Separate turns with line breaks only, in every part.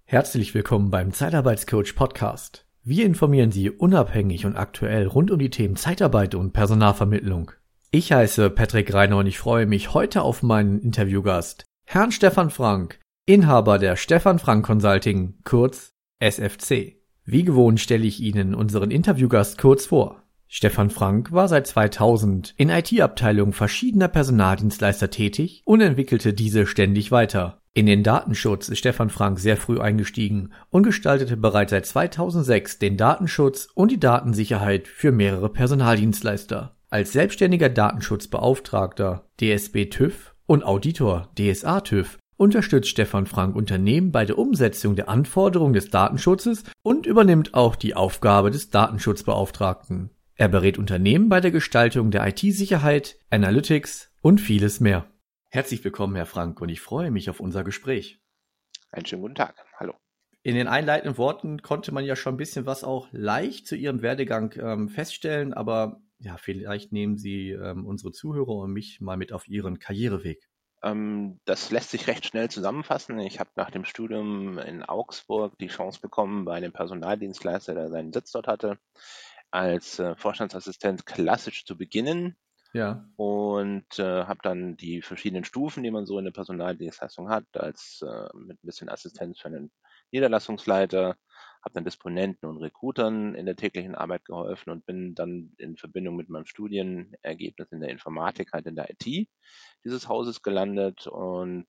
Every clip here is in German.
Herzlich willkommen beim Zeitarbeitscoach Podcast. Wir informieren Sie unabhängig und aktuell rund um die Themen Zeitarbeit und Personalvermittlung. Ich heiße Patrick Reiner und ich freue mich heute auf meinen Interviewgast, Herrn Stefan Frank, Inhaber der Stefan Frank Consulting, kurz SFC. Wie gewohnt stelle ich Ihnen unseren Interviewgast kurz vor. Stefan Frank war seit 2000 in IT-Abteilungen verschiedener Personaldienstleister tätig und entwickelte diese ständig weiter. In den Datenschutz ist Stefan Frank sehr früh eingestiegen und gestaltete bereits seit 2006 den Datenschutz und die Datensicherheit für mehrere Personaldienstleister. Als selbstständiger Datenschutzbeauftragter DSB TÜV und Auditor DSA TÜV unterstützt Stefan Frank Unternehmen bei der Umsetzung der Anforderungen des Datenschutzes und übernimmt auch die Aufgabe des Datenschutzbeauftragten. Er berät Unternehmen bei der Gestaltung der IT-Sicherheit, Analytics und vieles mehr. Herzlich willkommen, Herr Frank, und ich freue mich auf unser Gespräch.
Einen schönen guten Tag. Hallo.
In den einleitenden Worten konnte man ja schon ein bisschen was auch leicht zu Ihrem Werdegang feststellen, aber ja, vielleicht nehmen Sie unsere Zuhörer und mich mal mit auf Ihren Karriereweg.
Das lässt sich recht schnell zusammenfassen. Ich habe nach dem Studium in Augsburg die Chance bekommen, bei einem Personaldienstleister, der seinen Sitz dort hatte, als Vorstandsassistent klassisch zu beginnen.
Ja.
Und habe dann die verschiedenen Stufen, die man so in der Personaldienstleistung hat, mit ein bisschen Assistenz für einen Niederlassungsleiter, habe dann Disponenten und Recruitern in der täglichen Arbeit geholfen und bin dann in Verbindung mit meinem Studienergebnis in der Informatik, halt in der IT dieses Hauses gelandet. Und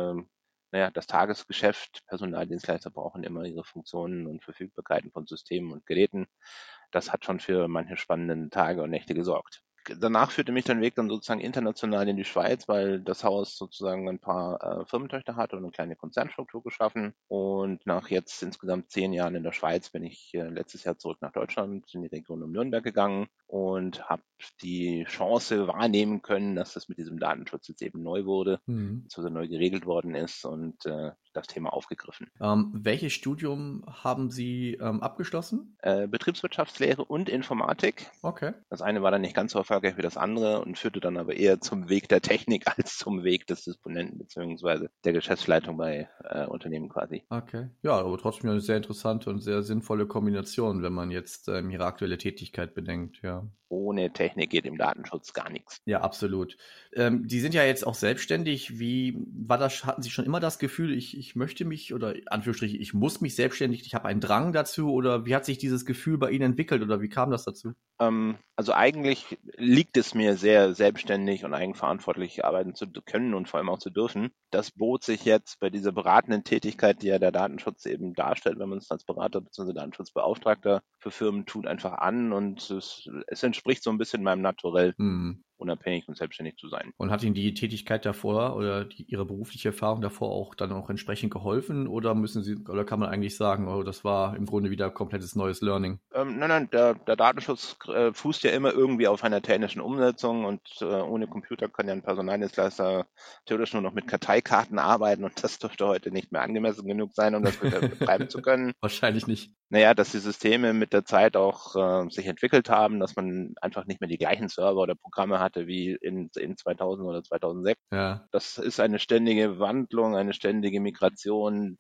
das Tagesgeschäft, Personaldienstleister brauchen immer ihre Funktionen und Verfügbarkeiten von Systemen und Geräten. Das hat schon für manche spannende Tage und Nächte gesorgt. Danach führte mich der Weg dann sozusagen international in die Schweiz, weil das Haus sozusagen ein paar Firmentöchter hatte und eine kleine Konzernstruktur geschaffen. Und nach jetzt insgesamt 10 Jahren in der Schweiz bin ich letztes Jahr zurück nach Deutschland, in die Region um Nürnberg gegangen und habe die Chance wahrnehmen können, dass das mit diesem Datenschutz jetzt eben neu wurde, beziehungsweise neu geregelt worden ist und das Thema aufgegriffen.
Welches Studium haben Sie abgeschlossen?
Betriebswirtschaftslehre und Informatik.
Okay.
Das eine war dann nicht ganz so erfolgreich wie das andere und führte dann aber eher zum Weg der Technik als zum Weg des Disponenten beziehungsweise der Geschäftsleitung bei Unternehmen quasi.
Okay. Ja, aber trotzdem eine sehr interessante und sehr sinnvolle Kombination, wenn man jetzt Ihre aktuelle Tätigkeit bedenkt, ja.
Ohne Technik geht im Datenschutz gar nichts.
Ja, absolut. Die sind ja jetzt auch selbstständig. Wie war das? Hatten Sie schon immer das Gefühl, ich möchte mich oder Anführungsstrichen, ich muss mich selbstständig, ich habe einen Drang dazu oder wie hat sich dieses Gefühl bei Ihnen entwickelt oder wie kam das dazu?
Also eigentlich liegt es mir sehr, selbstständig und eigenverantwortlich arbeiten zu können und vor allem auch zu dürfen. Das bot sich jetzt bei dieser beratenden Tätigkeit, die ja der Datenschutz eben darstellt, wenn man es als Berater bzw. Datenschutzbeauftragter für Firmen tut, einfach an und es entspricht so ein bisschen meinem Naturell. Unabhängig und selbstständig zu sein.
Und hat Ihnen die Tätigkeit davor oder Ihre berufliche Erfahrung davor auch dann auch entsprechend geholfen oder kann man eigentlich sagen, oh, das war im Grunde wieder komplettes neues Learning?
Nein, der Datenschutz fußt ja immer irgendwie auf einer technischen Umsetzung und ohne Computer kann ja ein Personaldienstleister theoretisch nur noch mit Karteikarten arbeiten und das dürfte heute nicht mehr angemessen genug sein, um das betreiben zu können.
Wahrscheinlich nicht.
Dass die Systeme mit der Zeit auch sich entwickelt haben, dass man einfach nicht mehr die gleichen Server oder Programme hatte wie in 2000 oder 2006.
Ja.
Das ist eine ständige Wandlung, eine ständige Migration,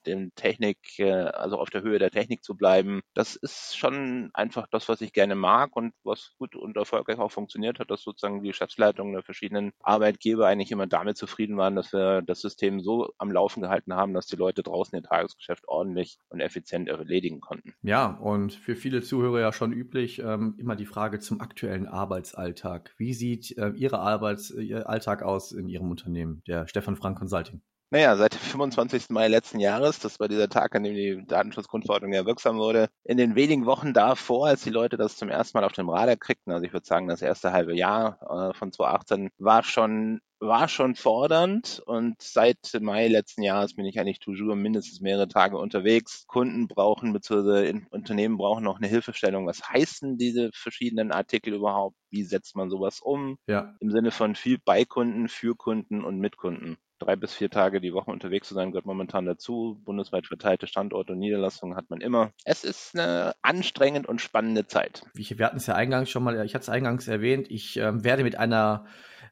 also auf der Höhe der Technik zu bleiben. Das ist schon einfach das, was ich gerne mag und was gut und erfolgreich auch funktioniert hat, dass sozusagen die Geschäftsleitungen der verschiedenen Arbeitgeber eigentlich immer damit zufrieden waren, dass wir das System so am Laufen gehalten haben, dass die Leute draußen ihr Tagesgeschäft ordentlich und effizient erledigen konnten.
Ja, und für viele Zuhörer ja schon üblich, immer die Frage zum aktuellen Arbeitsalltag. Wie sieht Ihr Alltag aus in Ihrem Unternehmen, der Stefan Frank Consulting?
Seit dem 25. Mai letzten Jahres, das war dieser Tag, an dem die Datenschutzgrundverordnung ja wirksam wurde, in den wenigen Wochen davor, als die Leute das zum ersten Mal auf dem Radar kriegten, also ich würde sagen, das erste halbe Jahr von 2018, war schon fordernd und seit Mai letzten Jahres bin ich eigentlich toujours mindestens mehrere Tage unterwegs. Kunden brauchen bzw. Unternehmen brauchen noch eine Hilfestellung. Was heißen diese verschiedenen Artikel überhaupt? Wie setzt man sowas um?
Ja.
Im Sinne von viel bei Kunden, für Kunden und mit Kunden. 3 bis 4 Tage die Woche unterwegs zu sein, gehört momentan dazu. Bundesweit verteilte Standorte und Niederlassungen hat man immer. Es ist eine anstrengend und spannende Zeit.
Wir hatten es ja eingangs schon mal, ich hatte es eingangs erwähnt, ich werde mit einer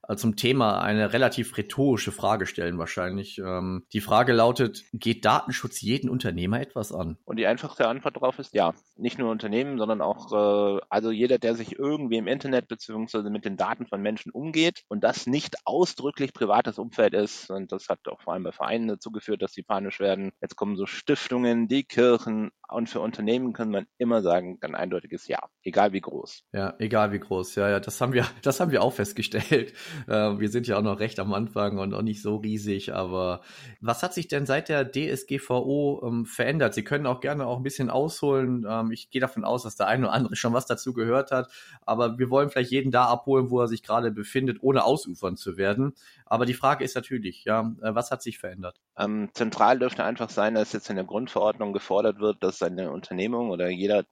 zum Thema eine relativ rhetorische Frage stellen wahrscheinlich. Die Frage lautet, geht Datenschutz jeden Unternehmer etwas an?
Und die einfachste Antwort darauf ist ja. Nicht nur Unternehmen, sondern auch also jeder, der sich irgendwie im Internet beziehungsweise mit den Daten von Menschen umgeht und das nicht ausdrücklich privates Umfeld ist. Und das hat auch vor allem bei Vereinen dazu geführt, dass sie panisch werden. Jetzt kommen so Stiftungen, die Kirchen, und für Unternehmen kann man immer sagen, ein eindeutiges Ja, egal wie groß.
Ja, egal wie groß. Ja, das haben wir auch festgestellt. Wir sind ja auch noch recht am Anfang und auch nicht so riesig. Aber was hat sich denn seit der DSGVO verändert? Sie können auch gerne auch ein bisschen ausholen. Ich gehe davon aus, dass der eine oder andere schon was dazu gehört hat. Aber wir wollen vielleicht jeden da abholen, wo er sich gerade befindet, ohne ausufern zu werden. Aber die Frage ist natürlich, was hat sich verändert?
Zentral dürfte einfach sein, dass jetzt in der Grundverordnung gefordert wird, dass eine Unternehmung oder jeder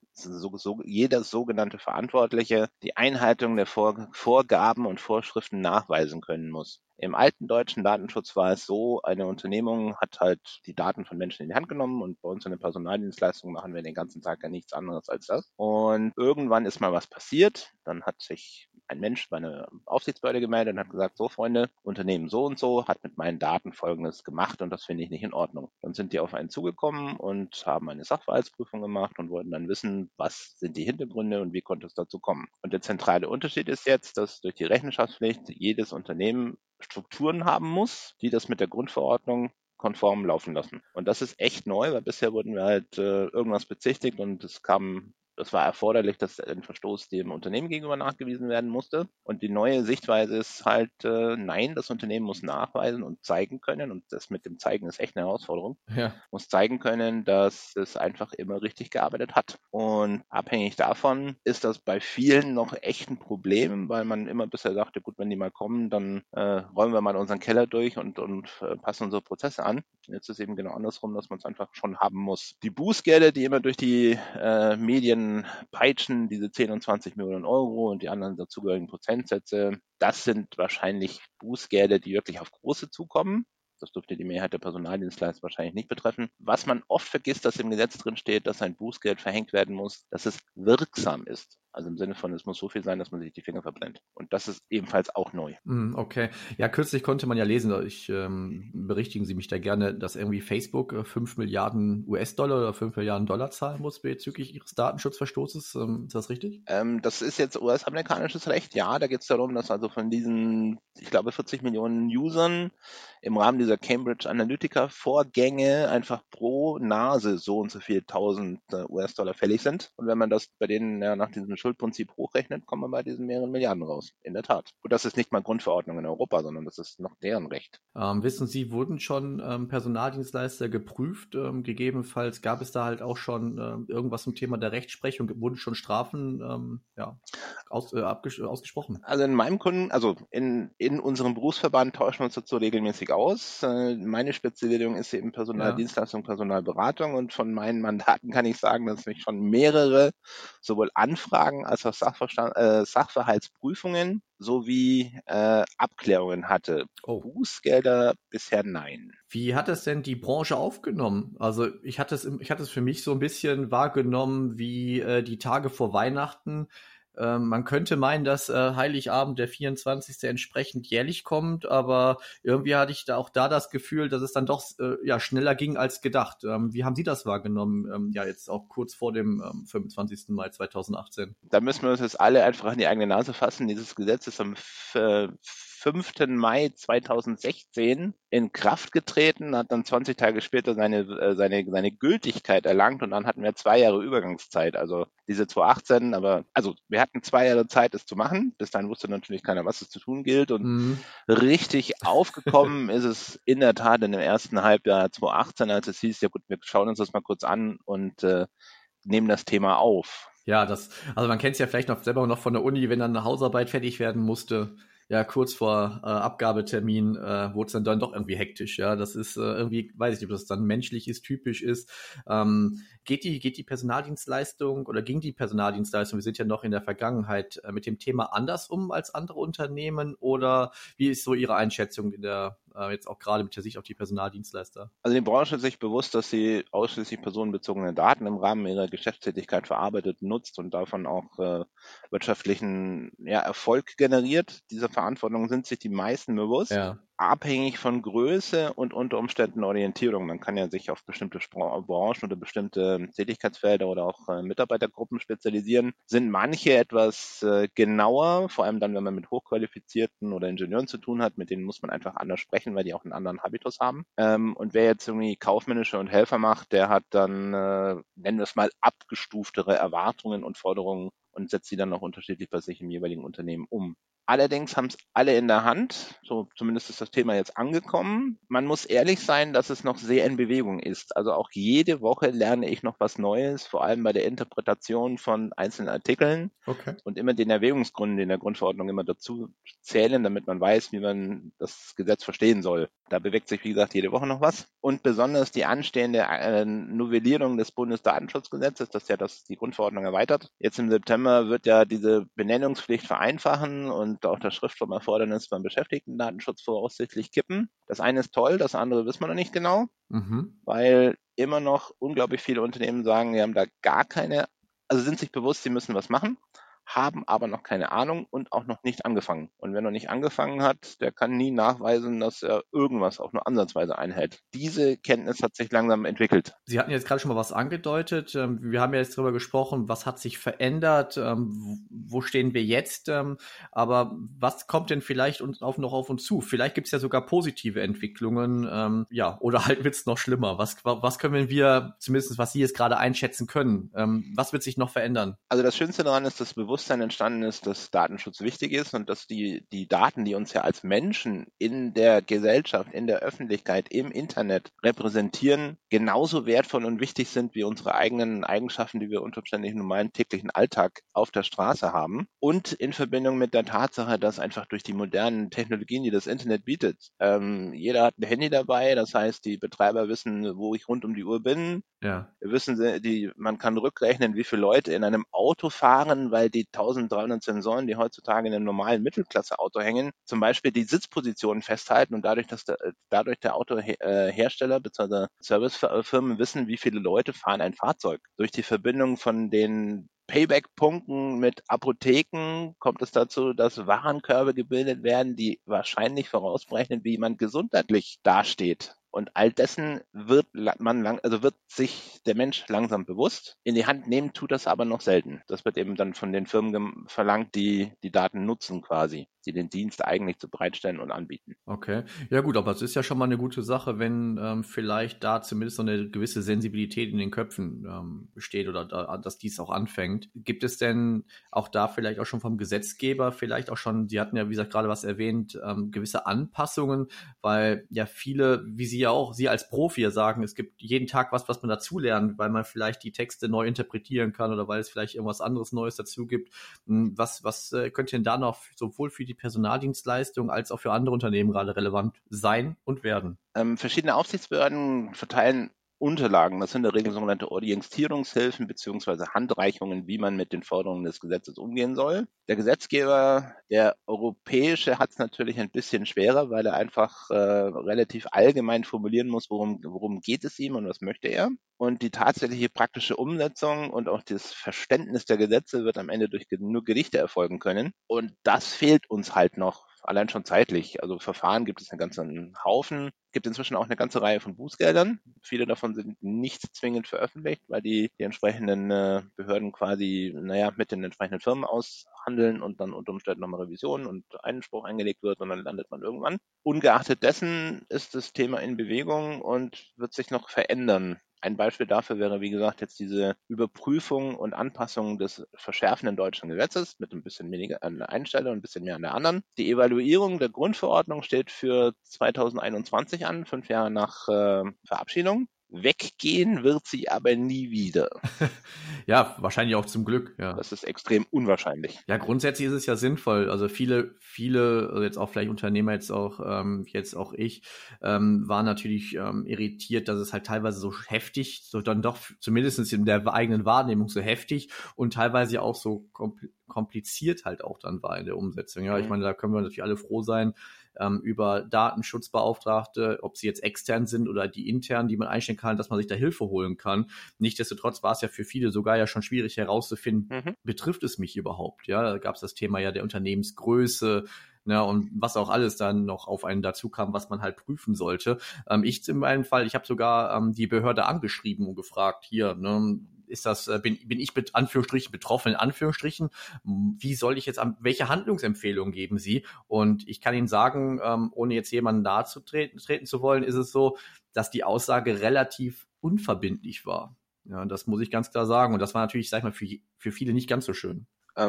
sogenannte Verantwortliche die Einhaltung der Vorgaben und Vorschriften nachweisen können muss. Im alten deutschen Datenschutz war es so, eine Unternehmung hat halt die Daten von Menschen in die Hand genommen und bei uns in der Personaldienstleistung machen wir den ganzen Tag ja nichts anderes als das. Und irgendwann ist mal was passiert, dann hat sich ein Mensch bei einer Aufsichtsbehörde gemeldet und hat gesagt, so Freunde, Unternehmen so und so hat mit meinen Daten Folgendes gemacht und das finde ich nicht in Ordnung. Dann sind die auf einen zugekommen und haben eine Sachverhaltsprüfung gemacht und wollten dann wissen, was sind die Hintergründe und wie konnte es dazu kommen. Und der zentrale Unterschied ist jetzt, dass durch die Rechenschaftspflicht jedes Unternehmen Strukturen haben muss, die das mit der Grundverordnung konform laufen lassen. Und das ist echt neu, weil bisher wurden wir halt irgendwas bezichtigt und das war erforderlich, dass ein Verstoß dem Unternehmen gegenüber nachgewiesen werden musste. Und die neue Sichtweise ist halt, nein, das Unternehmen muss nachweisen und zeigen können, und das mit dem Zeigen ist echt eine Herausforderung, muss zeigen können, dass es einfach immer richtig gearbeitet hat. Und abhängig davon ist das bei vielen noch echt ein Problem, weil man immer bisher sagte, gut, wenn die mal kommen, dann räumen wir mal unseren Keller durch und passen unsere Prozesse an. Jetzt ist eben genau andersrum, dass man es einfach schon haben muss. Die Bußgelder, die immer durch die Medien peitschen, diese 10 und 20 Millionen Euro und die anderen dazugehörigen Prozentsätze, das sind wahrscheinlich Bußgelder, die wirklich auf große zukommen. Das dürfte die Mehrheit der Personaldienstleister wahrscheinlich nicht betreffen. Was man oft vergisst, dass im Gesetz drin steht, dass ein Bußgeld verhängt werden muss, dass es wirksam ist. Also im Sinne von, es muss so viel sein, dass man sich die Finger verbrennt. Und das ist ebenfalls auch neu.
Okay. Ja, kürzlich konnte man ja lesen, berichtigen Sie mich da gerne, dass irgendwie Facebook 5 Milliarden US-Dollar oder 5 Milliarden Dollar zahlen muss bezüglich ihres Datenschutzverstoßes. Ist das richtig?
Das ist jetzt US-amerikanisches Recht. Ja, da geht es darum, dass also von diesen, ich glaube, 40 Millionen Usern im Rahmen dieser Cambridge Analytica-Vorgänge einfach pro Nase so und so viel 1000 US-Dollar fällig sind. Und wenn man das bei denen nach diesem Schuldprinzip hochrechnet, kommt man bei diesen mehreren Milliarden raus. In der Tat. Und das ist nicht mal Grundverordnung in Europa, sondern das ist noch deren Recht.
Wissen Sie, wurden schon Personaldienstleister geprüft? Gegebenenfalls gab es da halt auch schon irgendwas zum Thema der Rechtsprechung? Wurden schon Strafen ausgesprochen?
Also in meinem Kunden, also in unserem Berufsverband tauschen wir uns dazu regelmäßig aus. Meine Spezialisierung ist eben Personaldienstleistung, Personalberatung, und von meinen Mandaten kann ich sagen, dass ich schon mehrere sowohl Anfragen als auch Sachverhaltsprüfungen sowie Abklärungen hatte. Bußgelder bisher nein.
Wie hat es denn die Branche aufgenommen? Also ich hatte es für mich so ein bisschen wahrgenommen wie die Tage vor Weihnachten. Man könnte meinen, dass Heiligabend, der 24. entsprechend jährlich kommt, aber irgendwie hatte ich da das Gefühl, dass es dann doch schneller ging als gedacht. Wie haben Sie das wahrgenommen? Jetzt auch kurz vor dem 25. Mai 2018.
Da müssen wir uns jetzt alle einfach an die eigene Nase fassen. Dieses Gesetz ist am 5. Mai 2016 in Kraft getreten, hat dann 20 Tage später seine Gültigkeit erlangt, und dann hatten wir 2 Jahre Übergangszeit. Also diese 2018, wir hatten 2 Jahre Zeit, es zu machen. Bis dahin wusste natürlich keiner, was es zu tun gilt. Und richtig aufgekommen ist es in der Tat in dem ersten Halbjahr 2018, als es hieß, ja gut, wir schauen uns das mal kurz an und nehmen das Thema auf.
Ja, also man kennt es ja vielleicht selber noch von der Uni, wenn dann eine Hausarbeit fertig werden musste. Ja, kurz vor Abgabetermin wurde es dann doch irgendwie hektisch. Ja, das ist irgendwie, weiß ich nicht, ob das dann menschlich ist, typisch ist. Geht die Personaldienstleistung oder ging die Personaldienstleistung, wir sind ja noch in der Vergangenheit, mit dem Thema anders als andere Unternehmen, oder wie ist so Ihre Einschätzung in der jetzt auch gerade mit der Sicht auf die Personaldienstleister?
Also die Branche ist sich bewusst, dass sie ausschließlich personenbezogene Daten im Rahmen ihrer Geschäftstätigkeit verarbeitet, nutzt und davon auch wirtschaftlichen Erfolg generiert. Dieser Verantwortung sind sich die meisten bewusst.
Ja.
Abhängig von Größe und unter Umständen Orientierung. Man kann ja sich auf bestimmte Branchen oder bestimmte Tätigkeitsfelder oder auch Mitarbeitergruppen spezialisieren. Sind manche etwas genauer, vor allem dann, wenn man mit Hochqualifizierten oder Ingenieuren zu tun hat, mit denen muss man einfach anders sprechen, weil die auch einen anderen Habitus haben. Und wer jetzt irgendwie kaufmännische und Helfer macht, der hat dann, nennen wir es mal, abgestuftere Erwartungen und Forderungen und setzt sie dann auch unterschiedlich bei sich im jeweiligen Unternehmen um. Allerdings haben es alle in der Hand, so zumindest ist das Thema jetzt angekommen. Man muss ehrlich sein, dass es noch sehr in Bewegung ist. Also auch jede Woche lerne ich noch was Neues, vor allem bei der Interpretation von einzelnen Artikeln.
Okay.
Und immer den Erwägungsgründen in der Grundverordnung immer dazu zählen, damit man weiß, wie man das Gesetz verstehen soll. Da bewegt sich, wie gesagt, jede Woche noch was. Und besonders die anstehende Novellierung des Bundesdatenschutzgesetzes, das ja die Grundverordnung erweitert. Jetzt im September wird ja diese Benennungspflicht vereinfachen und auch das Schriftformerfordernis beim Beschäftigtendatenschutz voraussichtlich kippen. Das eine ist toll, das andere wissen wir noch nicht genau, weil immer noch unglaublich viele Unternehmen sagen, wir haben da gar keine, also sind sich bewusst, sie müssen was machen, haben aber noch keine Ahnung und auch noch nicht angefangen. Und wer noch nicht angefangen hat, der kann nie nachweisen, dass er irgendwas auch nur ansatzweise einhält. Diese Kenntnis hat sich langsam entwickelt.
Sie hatten jetzt gerade schon mal was angedeutet. Wir haben ja jetzt darüber gesprochen, was hat sich verändert, wo stehen wir jetzt, aber was kommt denn vielleicht noch auf uns zu? Vielleicht gibt es ja sogar positive Entwicklungen, oder halt wird es noch schlimmer. Was können wir, zumindest was Sie jetzt gerade einschätzen können, was wird sich noch verändern?
Also das Schönste daran ist, dass Bewusstsein entstanden ist, dass Datenschutz wichtig ist und dass die Daten, die uns ja als Menschen in der Gesellschaft, in der Öffentlichkeit, im Internet repräsentieren, genauso wertvoll und wichtig sind wie unsere eigenen Eigenschaften, die wir unter Umständen im normalen täglichen Alltag auf der Straße haben. Und in Verbindung mit der Tatsache, dass einfach durch die modernen Technologien, die das Internet bietet, jeder hat ein Handy dabei, das heißt, die Betreiber wissen, wo ich rund um die Uhr bin.
Ja.
Man kann rückrechnen, wie viele Leute in einem Auto fahren, weil die 1300 Sensoren, die heutzutage in einem normalen Mittelklasse-Auto hängen, zum Beispiel die Sitzpositionen festhalten und dadurch der Autohersteller bzw. Servicefirmen wissen, wie viele Leute fahren ein Fahrzeug. Durch die Verbindung von den Payback-Punkten mit Apotheken kommt es dazu, dass Warenkörbe gebildet werden, die wahrscheinlich vorausberechnen, wie man gesundheitlich dasteht. Und all dessen wird sich der Mensch langsam bewusst. In die Hand nehmen tut das aber noch selten. Das wird eben dann von den Firmen verlangt, die die Daten nutzen quasi, die den Dienst eigentlich zu bereitstellen und anbieten.
Okay, ja gut, aber es ist ja schon mal eine gute Sache, wenn vielleicht da zumindest so eine gewisse Sensibilität in den Köpfen besteht oder dass dies auch anfängt. Gibt es denn auch da vielleicht auch schon vom Gesetzgeber vielleicht auch schon, Sie hatten ja, wie gesagt, gerade was erwähnt, gewisse Anpassungen, weil ja viele, wie Sie ja auch, Sie als Profi ja sagen, es gibt jeden Tag was man dazulernt, weil man vielleicht die Texte neu interpretieren kann oder weil es vielleicht irgendwas anderes Neues dazu gibt. Was könnte denn da noch sowohl für die Personaldienstleistung als auch für andere Unternehmen gerade relevant sein und werden?
Verschiedene Aufsichtsbehörden verteilen Unterlagen, das sind in der Regel sogenannte Orientierungshilfen bzw. Handreichungen, wie man mit den Forderungen des Gesetzes umgehen soll. Der Gesetzgeber, der europäische, hat es natürlich ein bisschen schwerer, weil er einfach relativ allgemein formulieren muss, worum geht es ihm und was möchte er. Und die tatsächliche praktische Umsetzung und auch das Verständnis der Gesetze wird am Ende durch nur Gerichte erfolgen können. Und das fehlt uns halt noch. Allein schon zeitlich. Also Verfahren gibt es einen ganzen Haufen. Es gibt inzwischen auch eine ganze Reihe von Bußgeldern. Viele davon sind nicht zwingend veröffentlicht, weil die entsprechenden Behörden quasi, mit den entsprechenden Firmen aushandeln und dann unter Umständen nochmal Revision und Einspruch eingelegt wird und dann landet man irgendwann. Ungeachtet dessen ist das Thema in Bewegung und wird sich noch verändern. Ein Beispiel dafür wäre, wie gesagt, jetzt diese Überprüfung und Anpassung des verschärfenden deutschen Gesetzes mit ein bisschen weniger an der einen Stelle und ein bisschen mehr an der anderen. Die Evaluierung der Grundverordnung steht für 2021 an, 5 Jahre nach Verabschiedung. Weggehen wird sie aber nie wieder.
Ja, wahrscheinlich auch zum Glück, ja.
Das ist extrem unwahrscheinlich.
Ja, grundsätzlich ist es ja sinnvoll. Also viele, also jetzt auch vielleicht Unternehmer, jetzt auch ich, waren natürlich irritiert, dass es halt teilweise so heftig, so dann doch zumindest in der eigenen Wahrnehmung so heftig und teilweise auch so kompliziert halt auch dann war in der Umsetzung. Ja, ich meine, da können wir natürlich alle froh sein, über Datenschutzbeauftragte, ob sie jetzt extern sind oder die intern, die man einstellen kann, dass man sich da Hilfe holen kann. Nichtsdestotrotz war es ja für viele sogar ja schon schwierig herauszufinden, betrifft es mich überhaupt? Ja, da gab es das Thema ja der Unternehmensgröße, ne, und was auch alles dann noch auf einen dazu kam, was man halt prüfen sollte. Ich in meinem Fall, ich habe sogar die Behörde angeschrieben und gefragt, hier, ne, ist das, bin ich mit Anführungsstrichen betroffen, in Anführungsstrichen, wie soll ich jetzt, welche Handlungsempfehlungen geben Sie? Und ich kann Ihnen sagen, ohne jetzt jemanden nahe treten zu wollen, ist es so, dass die Aussage relativ unverbindlich war. Ja, das muss ich ganz klar sagen. Und das war natürlich, sag ich mal, für viele nicht ganz so schön.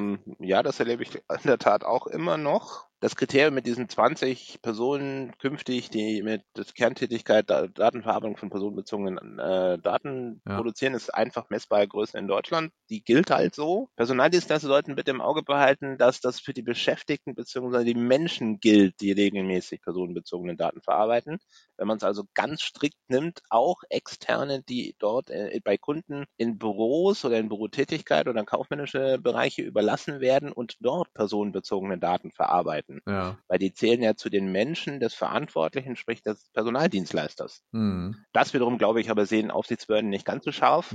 Ja, das erlebe ich in der Tat auch immer noch. Das Kriterium mit diesen 20 Personen künftig, die mit der Kerntätigkeit Datenverarbeitung von personenbezogenen Daten produzieren, ist einfach messbare Größe in Deutschland. Die gilt halt so. Personaldienstleister sollten bitte im Auge behalten, dass das für die Beschäftigten bzw. die Menschen gilt, die regelmäßig personenbezogene Daten verarbeiten. Wenn man es also ganz strikt nimmt, auch Externe, die dort bei Kunden in Büros oder in Bürotätigkeit oder in kaufmännische Bereiche überlassen werden und dort personenbezogene Daten verarbeiten.
Ja.
Weil die zählen ja zu den Menschen des Verantwortlichen, sprich des Personaldienstleisters. Das wiederum, glaube ich, aber sehen Aufsichtsbehörden nicht ganz so scharf,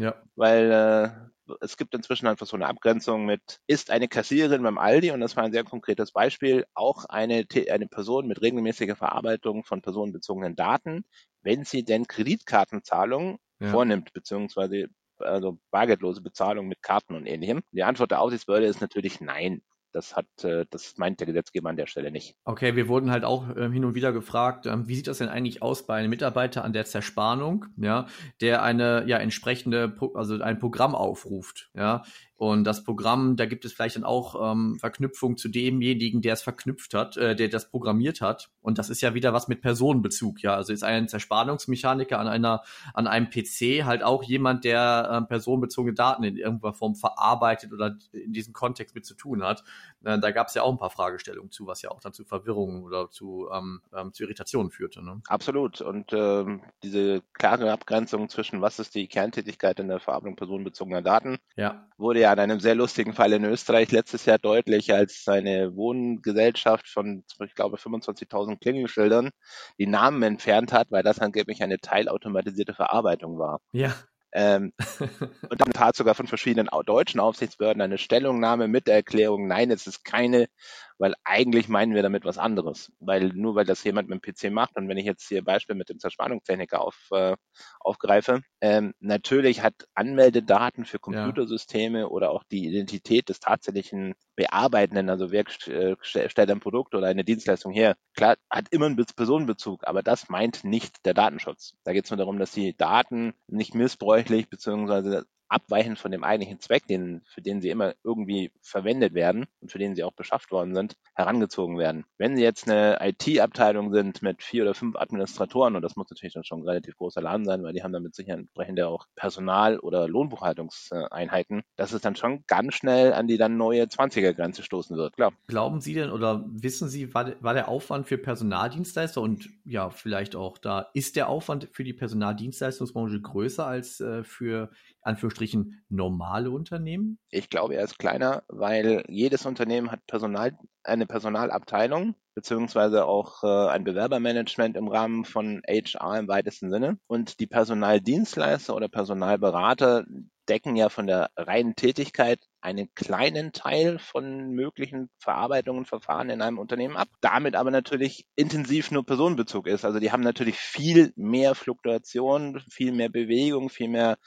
weil es gibt inzwischen einfach so eine Abgrenzung mit, ist eine Kassiererin beim Aldi, und das war ein sehr konkretes Beispiel, auch eine Person mit regelmäßiger Verarbeitung von personenbezogenen Daten, wenn sie denn Kreditkartenzahlungen vornimmt, beziehungsweise also bargeldlose Bezahlung mit Karten und Ähnlichem. Die Antwort der Aufsichtsbehörde ist natürlich nein. Das meint der Gesetzgeber an der Stelle nicht.
Okay, wir wurden halt auch hin und wieder gefragt, wie sieht das denn eigentlich aus bei einem Mitarbeiter an der Zerspannung, ja, der eine entsprechende, also ein Programm aufruft, ja. Und das Programm, da gibt es vielleicht dann auch Verknüpfung zu demjenigen, der es verknüpft hat, der das programmiert hat. Und das ist ja wieder was mit Personenbezug, ja. Also ist ein Zerspannungsmechaniker an einem PC halt auch jemand, der personenbezogene Daten in irgendeiner Form verarbeitet oder in diesem Kontext mit zu tun hat. Da gab es ja auch ein paar Fragestellungen zu, was ja auch dann zu Verwirrungen oder zu Irritationen führte. Ne?
Absolut. Und diese klare Abgrenzung zwischen was ist die Kerntätigkeit in der Verarbeitung personenbezogener Daten, wurde ja an einem sehr lustigen Fall in Österreich letztes Jahr deutlich, als eine Wohngesellschaft von, ich glaube, 25.000 Klingelschildern die Namen entfernt hat, weil das angeblich eine teilautomatisierte Verarbeitung war.
Ja.
Und dann tat sogar von verschiedenen deutschen Aufsichtsbehörden eine Stellungnahme mit der Erklärung, nein, es ist keine, weil eigentlich meinen wir damit was anderes. Nur weil das jemand mit dem PC macht, und wenn ich jetzt hier Beispiel mit dem Zerspannungstechniker aufgreife, natürlich hat Anmeldedaten für Computersysteme oder auch die Identität des tatsächlichen Bearbeitenden, also wer stellt ein Produkt oder eine Dienstleistung her, klar, hat immer einen Personenbezug, aber das meint nicht der Datenschutz. Da geht es nur darum, dass die Daten nicht missbräuchlich bzw. abweichend von dem eigentlichen Zweck, für den sie immer irgendwie verwendet werden und für den sie auch beschafft worden sind, herangezogen werden. Wenn sie jetzt eine IT-Abteilung sind mit 4 oder 5 Administratoren, und das muss natürlich dann schon ein relativ großer Laden sein, weil die haben damit sicher entsprechend auch Personal- oder Lohnbuchhaltungseinheiten, dass es dann schon ganz schnell an die dann neue 20er-Grenze stoßen wird, klar.
Glauben Sie denn oder wissen Sie, war der Aufwand für Personaldienstleister und ja, vielleicht auch da, ist der Aufwand für die Personaldienstleistungsbranche größer als für Anführungsstrichen normale Unternehmen?
Ich glaube, er ist kleiner, weil jedes Unternehmen hat eine Personalabteilung beziehungsweise auch ein Bewerbermanagement im Rahmen von HR im weitesten Sinne. Und die Personaldienstleister oder Personalberater decken ja von der reinen Tätigkeit einen kleinen Teil von möglichen Verarbeitungen, Verfahren in einem Unternehmen ab, damit aber natürlich intensiv nur Personenbezug ist. Also die haben natürlich viel mehr Fluktuation, viel mehr Bewegung, viel mehr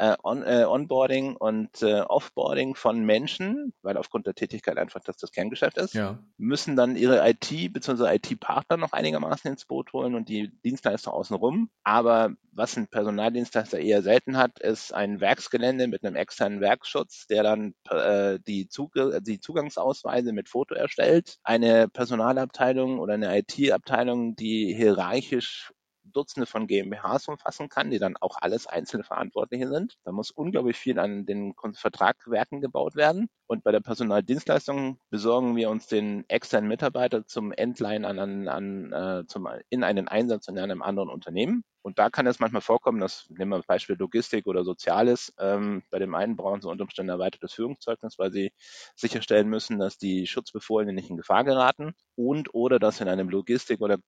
Onboarding und Offboarding von Menschen, weil aufgrund der Tätigkeit einfach das Kerngeschäft ist, müssen dann ihre IT bzw. IT-Partner noch einigermaßen ins Boot holen und die Dienstleister außenrum. Aber was ein Personaldienstleister eher selten hat, ist ein Werksgelände mit einem externen Werkschutz, der dann die Zugangsausweise mit Foto erstellt. Eine Personalabteilung oder eine IT-Abteilung, die hierarchisch Dutzende von GmbHs umfassen kann, die dann auch alles einzelne Verantwortliche sind. Da muss unglaublich viel an den Vertragswerken gebaut werden. Und bei der Personaldienstleistung besorgen wir uns den externen Mitarbeiter zum Endline in einen Einsatz in einem anderen Unternehmen. Und da kann es manchmal vorkommen, dass, nehmen wir das Beispiel Logistik oder Soziales, bei dem einen brauchen sie unter Umständen ein erweitertes Führungszeugnis, weil sie sicherstellen müssen, dass die Schutzbefohlenen nicht in Gefahr geraten und oder dass in einem Logistik- oder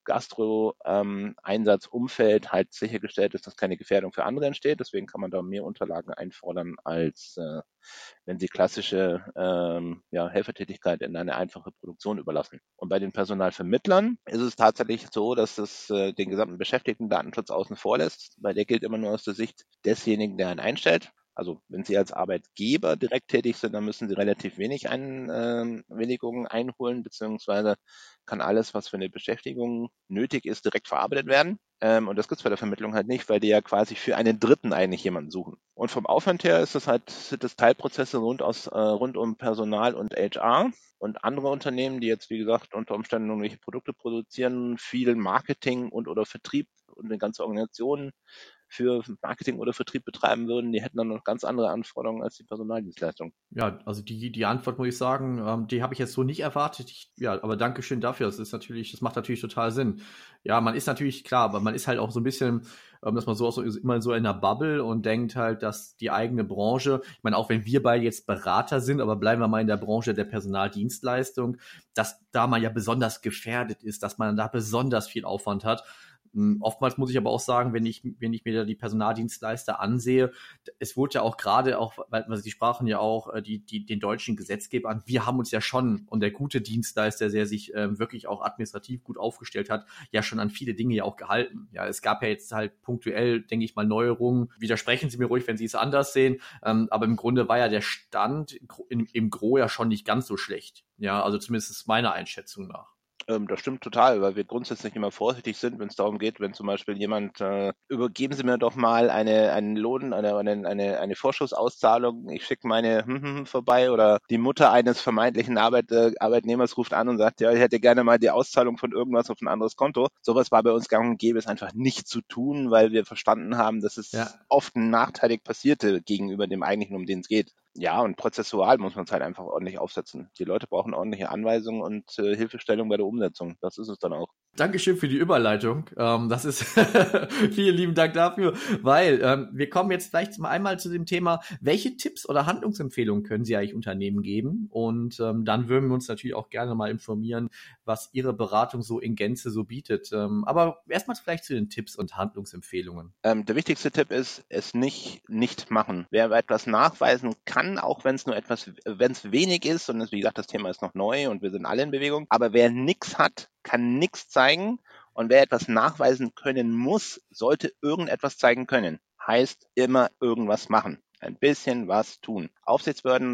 Gastro-Einsatzumfeld halt sichergestellt ist, dass keine Gefährdung für andere entsteht. Deswegen kann man da mehr Unterlagen einfordern, als wenn sie klassische Helfertätigkeit in eine einfache Produktion überlassen. Und bei den Personalvermittlern ist es tatsächlich so, dass es den gesamten Beschäftigten-Datenschutz außen vor lässt, weil der gilt immer nur aus der Sicht desjenigen, der einen einstellt. Also wenn Sie als Arbeitgeber direkt tätig sind, dann müssen Sie relativ wenig Einwilligungen einholen, beziehungsweise kann alles, was für eine Beschäftigung nötig ist, direkt verarbeitet werden. Und das gibt's bei der Vermittlung halt nicht, weil die ja quasi für einen Dritten eigentlich jemanden suchen. Und vom Aufwand her sind das Teilprozesse rund um Personal und HR. Und andere Unternehmen, die jetzt, wie gesagt, unter Umständen irgendwelche Produkte produzieren, viel Marketing und oder Vertrieb und eine ganze Organisation für Marketing oder Vertrieb betreiben würden, die hätten dann noch ganz andere Anforderungen als die Personaldienstleistung.
Ja, also die Antwort muss ich sagen, die habe ich jetzt so nicht erwartet. Ja, aber Dankeschön dafür. Das macht natürlich total Sinn. Ja, man ist natürlich klar, aber man ist halt auch so ein bisschen, dass man so auch so immer so in der Bubble und denkt halt, dass die eigene Branche, ich meine, auch wenn wir beide jetzt Berater sind, aber bleiben wir mal in der Branche der Personaldienstleistung, dass da man ja besonders gefährdet ist, dass man da besonders viel Aufwand hat. Oftmals muss ich aber auch sagen, wenn ich mir da die Personaldienstleister ansehe, es wurde ja auch gerade auch, weil Sie sprachen ja auch den deutschen Gesetzgeber an. Wir haben uns ja schon, und der gute Dienstleister, der sich wirklich auch administrativ gut aufgestellt hat, ja schon an viele Dinge ja auch gehalten. Ja, es gab ja jetzt halt punktuell, denke ich mal, Neuerungen. Widersprechen Sie mir ruhig, wenn Sie es anders sehen. Aber im Grunde war ja der Stand im Gro ja schon nicht ganz so schlecht. Ja, also zumindest meiner Einschätzung nach.
Das stimmt total, weil wir grundsätzlich immer vorsichtig sind, wenn es darum geht, wenn zum Beispiel jemand, übergeben Sie mir doch mal einen Lohn, eine Vorschussauszahlung, ich schicke meine vorbei oder die Mutter eines vermeintlichen Arbeitnehmers ruft an und sagt, ja, ich hätte gerne mal die Auszahlung von irgendwas auf ein anderes Konto. Sowas war bei uns gang und gäbe, es einfach nicht zu tun, weil wir verstanden haben, dass es
Ja.
oft nachteilig passierte gegenüber dem eigentlichen, um den es geht. Ja, und prozessual muss man es halt einfach ordentlich aufsetzen. Die Leute brauchen ordentliche Anweisungen und Hilfestellung bei der Umsetzung. Das ist es dann auch.
Dankeschön für die Überleitung. Das ist vielen lieben Dank dafür, weil wir kommen jetzt vielleicht mal einmal zu dem Thema, welche Tipps oder Handlungsempfehlungen können Sie eigentlich Unternehmen geben? Und dann würden wir uns natürlich auch gerne mal informieren, was Ihre Beratung so in Gänze so bietet. Aber erstmal vielleicht zu den Tipps und Handlungsempfehlungen.
Der wichtigste Tipp ist, es nicht machen. Wer etwas nachweisen kann, auch wenn es nur wenn es wenig ist, und wie gesagt, das Thema ist noch neu und wir sind alle in Bewegung, aber wer nichts hat, kann nichts zeigen. Und wer etwas nachweisen können muss, sollte irgendetwas zeigen können. Heißt immer irgendwas machen. Ein bisschen was tun. Aufsichtsbehörden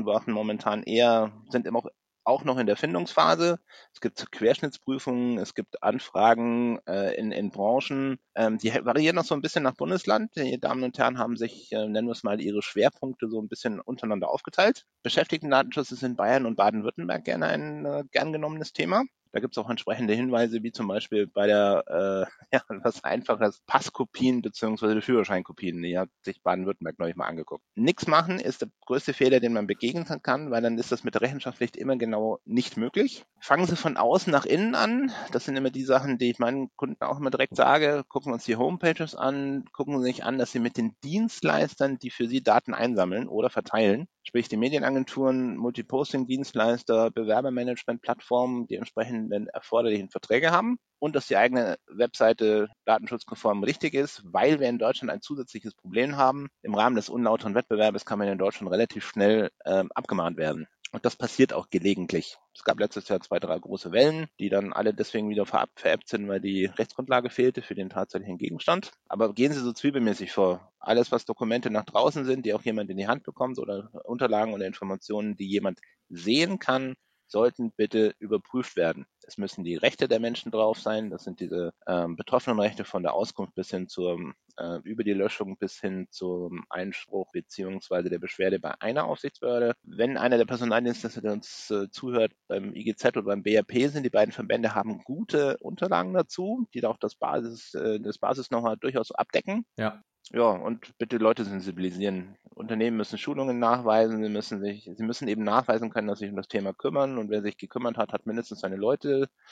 sind immer auch noch in der Findungsphase. Es gibt Querschnittsprüfungen, es gibt Anfragen in Branchen, die variieren noch so ein bisschen nach Bundesland. Die Damen und Herren haben sich, nennen wir es mal, ihre Schwerpunkte so ein bisschen untereinander aufgeteilt. Beschäftigtendatenschutz ist in Bayern und Baden-Württemberg gerne ein gern genommenes Thema. Da gibt es auch entsprechende Hinweise, wie zum Beispiel bei der was einfaches Passkopien bzw. Führerscheinkopien. Die hat sich Baden-Württemberg neulich mal angeguckt. Nichts machen ist der größte Fehler, den man begegnen kann, weil dann ist das mit der Rechenschaftspflicht immer genau nicht möglich. Fangen Sie von außen nach innen an. Das sind immer die Sachen, die ich meinen Kunden auch immer direkt sage. Gucken wir uns die Homepages an, gucken Sie sich an, dass Sie mit den Dienstleistern, die für Sie Daten einsammeln oder verteilen, sprich die Medienagenturen, Multiposting-Dienstleister, Bewerbermanagement-Plattformen, die entsprechenden erforderlichen Verträge haben und dass die eigene Webseite datenschutzkonform richtig ist, weil wir in Deutschland ein zusätzliches Problem haben. Im Rahmen des unlauteren Wettbewerbs kann man in Deutschland relativ schnell abgemahnt werden. Und das passiert auch gelegentlich. Es gab letztes Jahr 2, 3 große Wellen, die dann alle deswegen wieder veräppt sind, weil die Rechtsgrundlage fehlte für den tatsächlichen Gegenstand. Aber gehen Sie so zwiebelmäßig vor. Alles, was Dokumente nach draußen sind, die auch jemand in die Hand bekommt oder Unterlagen oder Informationen, die jemand sehen kann, sollten bitte überprüft werden. Es müssen die Rechte der Menschen drauf sein. Das sind diese betroffenen Rechte von der Auskunft bis hin über die Löschung bis hin zum Einspruch beziehungsweise der Beschwerde bei einer Aufsichtsbehörde. Wenn einer der Personaldienstleister, der uns zuhört, beim IGZ oder beim BRP sind, die beiden Verbände haben gute Unterlagen dazu, die auch das Basis-Know-how durchaus abdecken.
Ja.
Ja, und bitte Leute sensibilisieren. Unternehmen müssen Schulungen nachweisen, sie müssen eben nachweisen können, dass sie sich um das Thema kümmern und wer sich gekümmert hat, hat mindestens seine Leute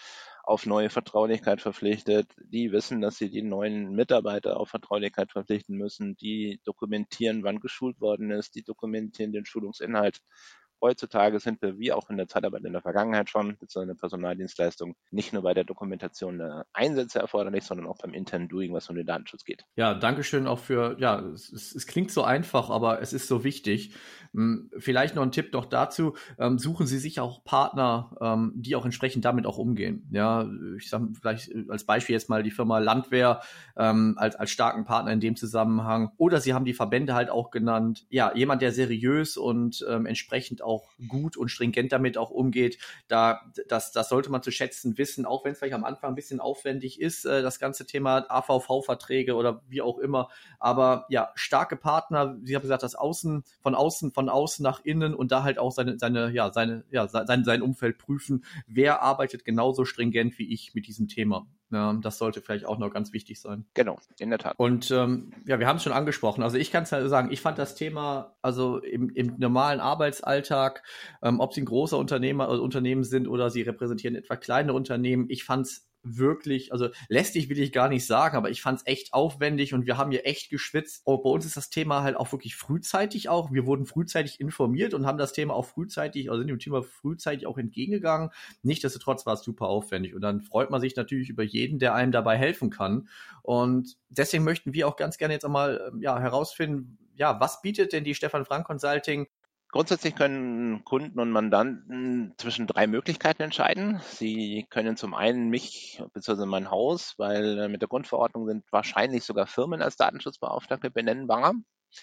auf neue Vertraulichkeit verpflichtet, die wissen, dass sie die neuen Mitarbeiter auf Vertraulichkeit verpflichten müssen, die dokumentieren, wann geschult worden ist, die dokumentieren den Schulungsinhalt. Heutzutage sind wir, wie auch in der Zeitarbeit in der Vergangenheit schon, mit so einer Personaldienstleistung nicht nur bei der Dokumentation der Einsätze erforderlich, sondern auch beim internen Doing, was um den Datenschutz geht.
Ja, Dankeschön auch für, es klingt so einfach, aber es ist so wichtig. Vielleicht noch ein Tipp noch dazu, suchen Sie sich auch Partner, die auch entsprechend damit auch umgehen. Ja, ich sage vielleicht als Beispiel jetzt mal die Firma Landwehr als starken Partner in dem Zusammenhang. Oder Sie haben die Verbände halt auch genannt. Ja, jemand, der seriös und entsprechend auch gut und stringent damit auch umgeht, das sollte man zu schätzen wissen, auch wenn es vielleicht am Anfang ein bisschen aufwendig ist, das ganze Thema AVV-Verträge oder wie auch immer. Aber ja, starke Partner, Sie haben gesagt, das von außen nach innen und da halt auch sein Umfeld prüfen, wer arbeitet genauso stringent wie ich mit diesem Thema. Ja, das sollte vielleicht auch noch ganz wichtig sein.
Genau, in der Tat.
Und wir haben es schon angesprochen. Also ich kann es ja sagen, ich fand das Thema, also im normalen Arbeitsalltag, ob Sie ein großer Unternehmen sind oder Sie repräsentieren etwa kleine Unternehmen, ich fand es wirklich, also lästig will ich gar nicht sagen, aber ich fand es echt aufwendig und wir haben hier echt geschwitzt. Bei uns ist das Thema halt auch wirklich frühzeitig auch. Wir wurden frühzeitig informiert und haben das Thema auch frühzeitig, also sind dem Thema frühzeitig auch entgegengegangen. Nichtsdestotrotz war es super aufwendig und dann freut man sich natürlich über jeden, der einem dabei helfen kann. Und deswegen möchten wir auch ganz gerne jetzt einmal herausfinden, was bietet denn die Stefan Frank Consulting?
Grundsätzlich können Kunden und Mandanten zwischen 3 Möglichkeiten entscheiden. Sie können zum einen mich bzw. mein Haus, weil mit der Grundverordnung sind wahrscheinlich sogar Firmen als Datenschutzbeauftragte benennbar,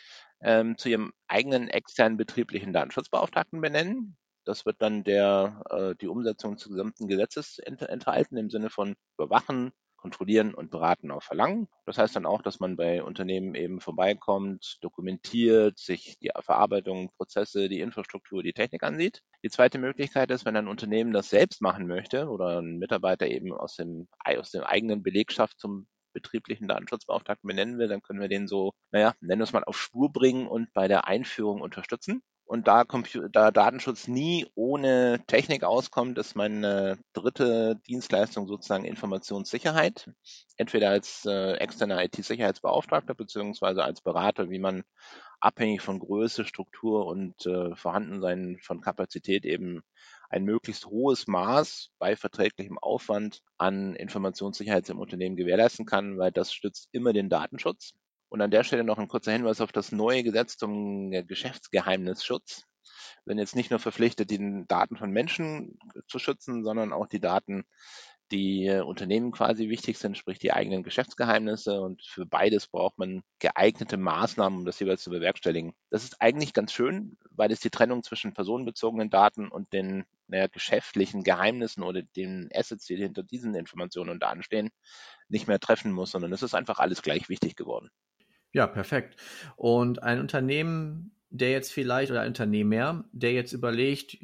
zu ihrem eigenen externen betrieblichen Datenschutzbeauftragten benennen. Das wird dann die Umsetzung des gesamten Gesetzes enthalten, im Sinne von überwachen, kontrollieren und beraten auf Verlangen. Das heißt dann auch, dass man bei Unternehmen eben vorbeikommt, dokumentiert, sich die Verarbeitung, Prozesse, die Infrastruktur, die Technik ansieht. Die zweite Möglichkeit ist, wenn ein Unternehmen das selbst machen möchte oder ein Mitarbeiter eben aus der eigenen Belegschaft zum betrieblichen Datenschutzbeauftragten benennen will, dann können wir den so, nennen wir es mal auf Spur bringen und bei der Einführung unterstützen. Und da Datenschutz nie ohne Technik auskommt, ist meine dritte Dienstleistung sozusagen Informationssicherheit. Entweder als externer IT-Sicherheitsbeauftragter beziehungsweise als Berater, wie man abhängig von Größe, Struktur und Vorhandensein von Kapazität eben ein möglichst hohes Maß bei verträglichem Aufwand an Informationssicherheit im Unternehmen gewährleisten kann, weil das stützt immer den Datenschutz. Und an der Stelle noch ein kurzer Hinweis auf das neue Gesetz zum Geschäftsgeheimnisschutz. Wir sind jetzt nicht nur verpflichtet, die Daten von Menschen zu schützen, sondern auch die Daten, die Unternehmen quasi wichtig sind, sprich die eigenen Geschäftsgeheimnisse. Und für beides braucht man geeignete Maßnahmen, um das jeweils zu bewerkstelligen. Das ist eigentlich ganz schön, weil es die Trennung zwischen personenbezogenen Daten und den geschäftlichen Geheimnissen oder den Assets, die hinter diesen Informationen und Daten stehen, nicht mehr treffen muss, sondern es ist einfach alles gleich wichtig geworden.
Ja, perfekt. Und ein Unternehmen, der jetzt vielleicht, oder ein Unternehmer, der jetzt überlegt,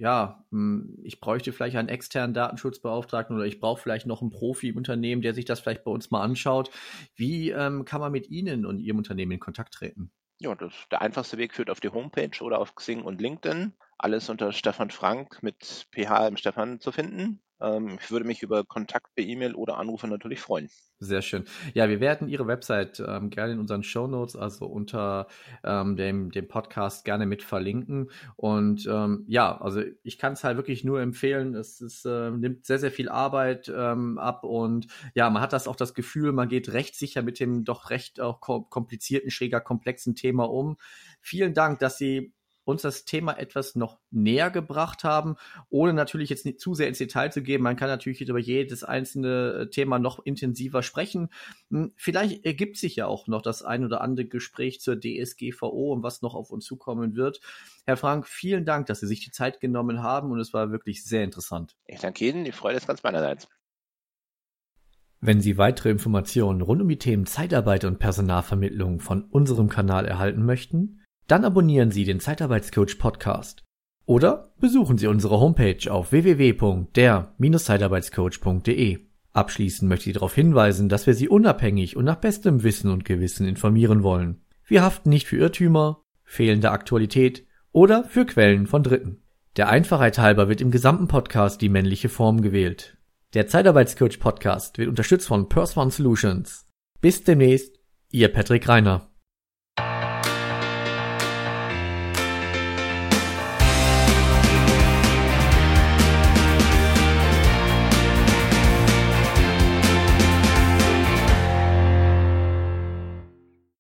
ich bräuchte vielleicht einen externen Datenschutzbeauftragten oder ich brauche vielleicht noch einen Profi im Unternehmen, der sich das vielleicht bei uns mal anschaut. Wie kann man mit Ihnen und Ihrem Unternehmen in Kontakt treten?
Ja, der einfachste Weg führt auf die Homepage oder auf Xing und LinkedIn. Alles unter Stefan Frank mit PH im Stefan zu finden. Ich würde mich über Kontakt per E-Mail oder Anrufe natürlich freuen.
Sehr schön. Ja, wir werden Ihre Website gerne in unseren Shownotes, also unter dem Podcast gerne mit verlinken. Und also ich kann es halt wirklich nur empfehlen. Es nimmt sehr, sehr viel Arbeit ab und man hat auch das Gefühl, man geht recht sicher mit dem doch recht auch komplizierten, schräger, komplexen Thema um. Vielen Dank, dass Sie uns das Thema etwas noch näher gebracht haben, ohne natürlich jetzt nicht zu sehr ins Detail zu gehen. Man kann natürlich über jedes einzelne Thema noch intensiver sprechen. Vielleicht ergibt sich ja auch noch das ein oder andere Gespräch zur DSGVO und was noch auf uns zukommen wird. Herr Frank, vielen Dank, dass Sie sich die Zeit genommen haben und es war wirklich sehr interessant.
Ich danke Ihnen, die Freude ist ganz meinerseits.
Wenn Sie weitere Informationen rund um die Themen Zeitarbeit und Personalvermittlung von unserem Kanal erhalten möchten, dann abonnieren Sie den Zeitarbeitscoach Podcast oder besuchen Sie unsere Homepage auf www.der-zeitarbeitscoach.de. Abschließend möchte ich darauf hinweisen, dass wir Sie unabhängig und nach bestem Wissen und Gewissen informieren wollen. Wir haften nicht für Irrtümer, fehlende Aktualität oder für Quellen von Dritten. Der Einfachheit halber wird im gesamten Podcast die männliche Form gewählt. Der Zeitarbeitscoach Podcast wird unterstützt von PersOne Solutions. Bis demnächst, Ihr Patrick Reiner.